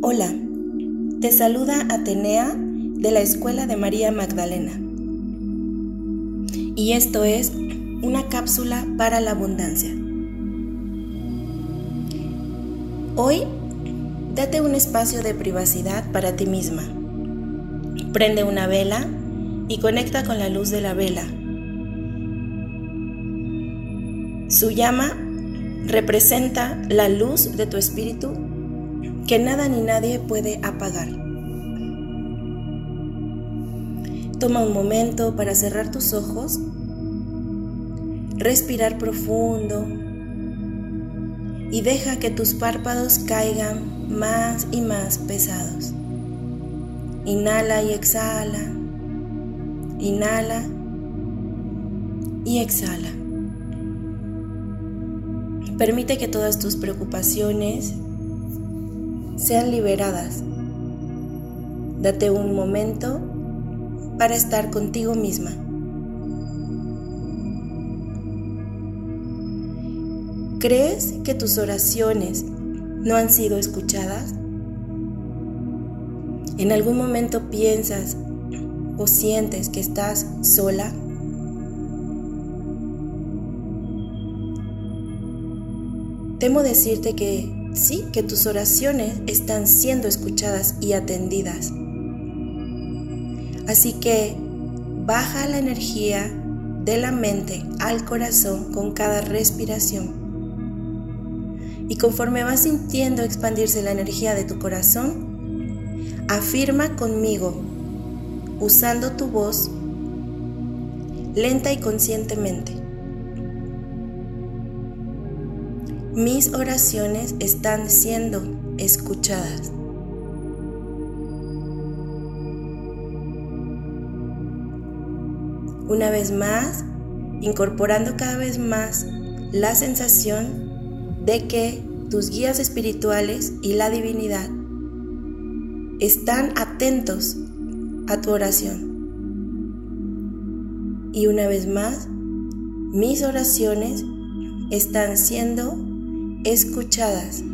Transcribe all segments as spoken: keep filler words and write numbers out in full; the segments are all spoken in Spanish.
Hola, te saluda Atenea de la Escuela de María Magdalena. Y esto es una cápsula para la abundancia. Hoy, date un espacio de privacidad para ti misma. Prende una vela y conecta con la luz de la vela. Su llama representa la luz de tu espíritu que nada ni nadie puede apagar. Toma un momento para cerrar tus ojos, respirar profundo y deja que tus párpados caigan más y más pesados. Inhala y exhala, inhala y exhala. Permite que todas tus preocupaciones sean liberadas. Date un momento para estar contigo misma. ¿Crees que tus oraciones no han sido escuchadas? ¿En algún momento piensas o sientes que estás sola? Temo decirte que sí, que tus oraciones están siendo escuchadas y atendidas. Así que baja la energía de la mente al corazón con cada respiración. Y conforme vas sintiendo expandirse la energía de tu corazón, afirma conmigo, usando tu voz, lenta y conscientemente: mis oraciones están siendo escuchadas. Una vez más, incorporando cada vez más la sensación de que tus guías espirituales y la divinidad están atentos a tu oración. Y una vez más, mis oraciones están siendo escuchadas.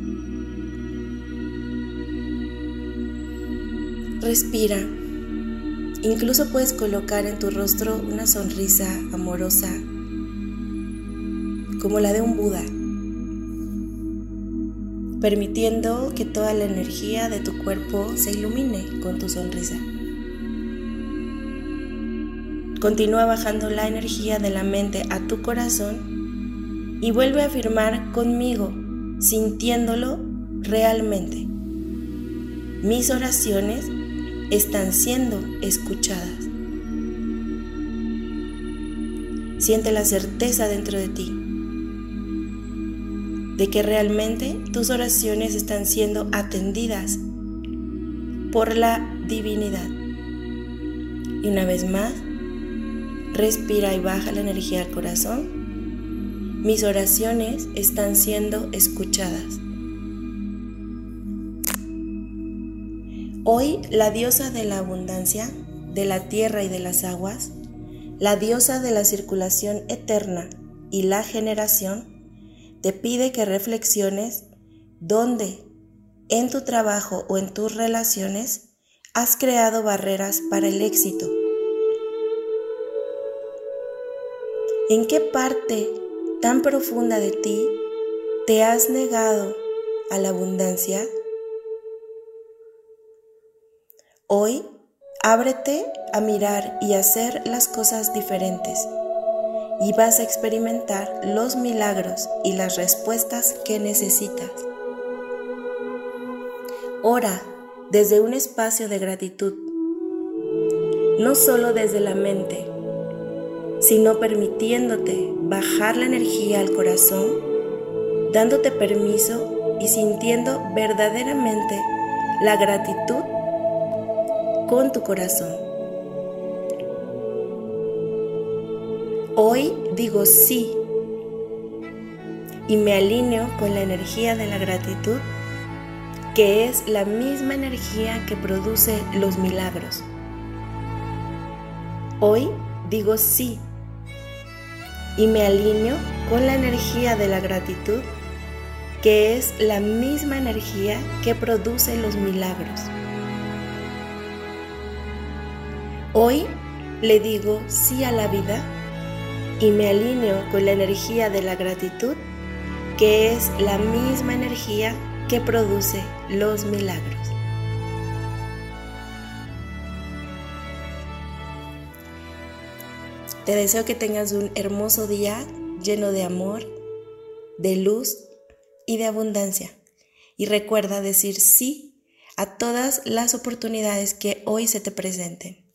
Respira. Incluso puedes colocar en tu rostro una sonrisa amorosa, como la de un Buda, permitiendo que toda la energía de tu cuerpo se ilumine con tu sonrisa. Continúa bajando la energía de la mente a tu corazón y vuelve a afirmar conmigo, sintiéndolo realmente: mis oraciones están siendo escuchadas. Siente la certeza dentro de ti de que realmente tus oraciones están siendo atendidas por la divinidad. Y una vez más, respira y baja la energía al corazón. Mis oraciones están siendo escuchadas. Hoy, la diosa de la abundancia, de la tierra y de las aguas, la diosa de la circulación eterna y la generación, te pide que reflexiones dónde, en tu trabajo o en tus relaciones, has creado barreras para el éxito. ¿En qué parte tan profunda de ti te has negado a la abundancia? Hoy, ábrete a mirar y hacer las cosas diferentes, y vas a experimentar los milagros y las respuestas que necesitas. Ora desde un espacio de gratitud, no solo desde la mente, sino permitiéndote bajar la energía al corazón, dándote permiso y sintiendo verdaderamente la gratitud con tu corazón. Hoy digo sí y me alineo con la energía de la gratitud, que es la misma energía que produce los milagros. Hoy digo sí y me alineo con la energía de la gratitud, que es la misma energía que produce los milagros. Hoy le digo sí a la vida y me alineo con la energía de la gratitud, que es la misma energía que produce los milagros. Te deseo que tengas un hermoso día lleno de amor, de luz y de abundancia. Y recuerda decir sí a todas las oportunidades que hoy se te presenten.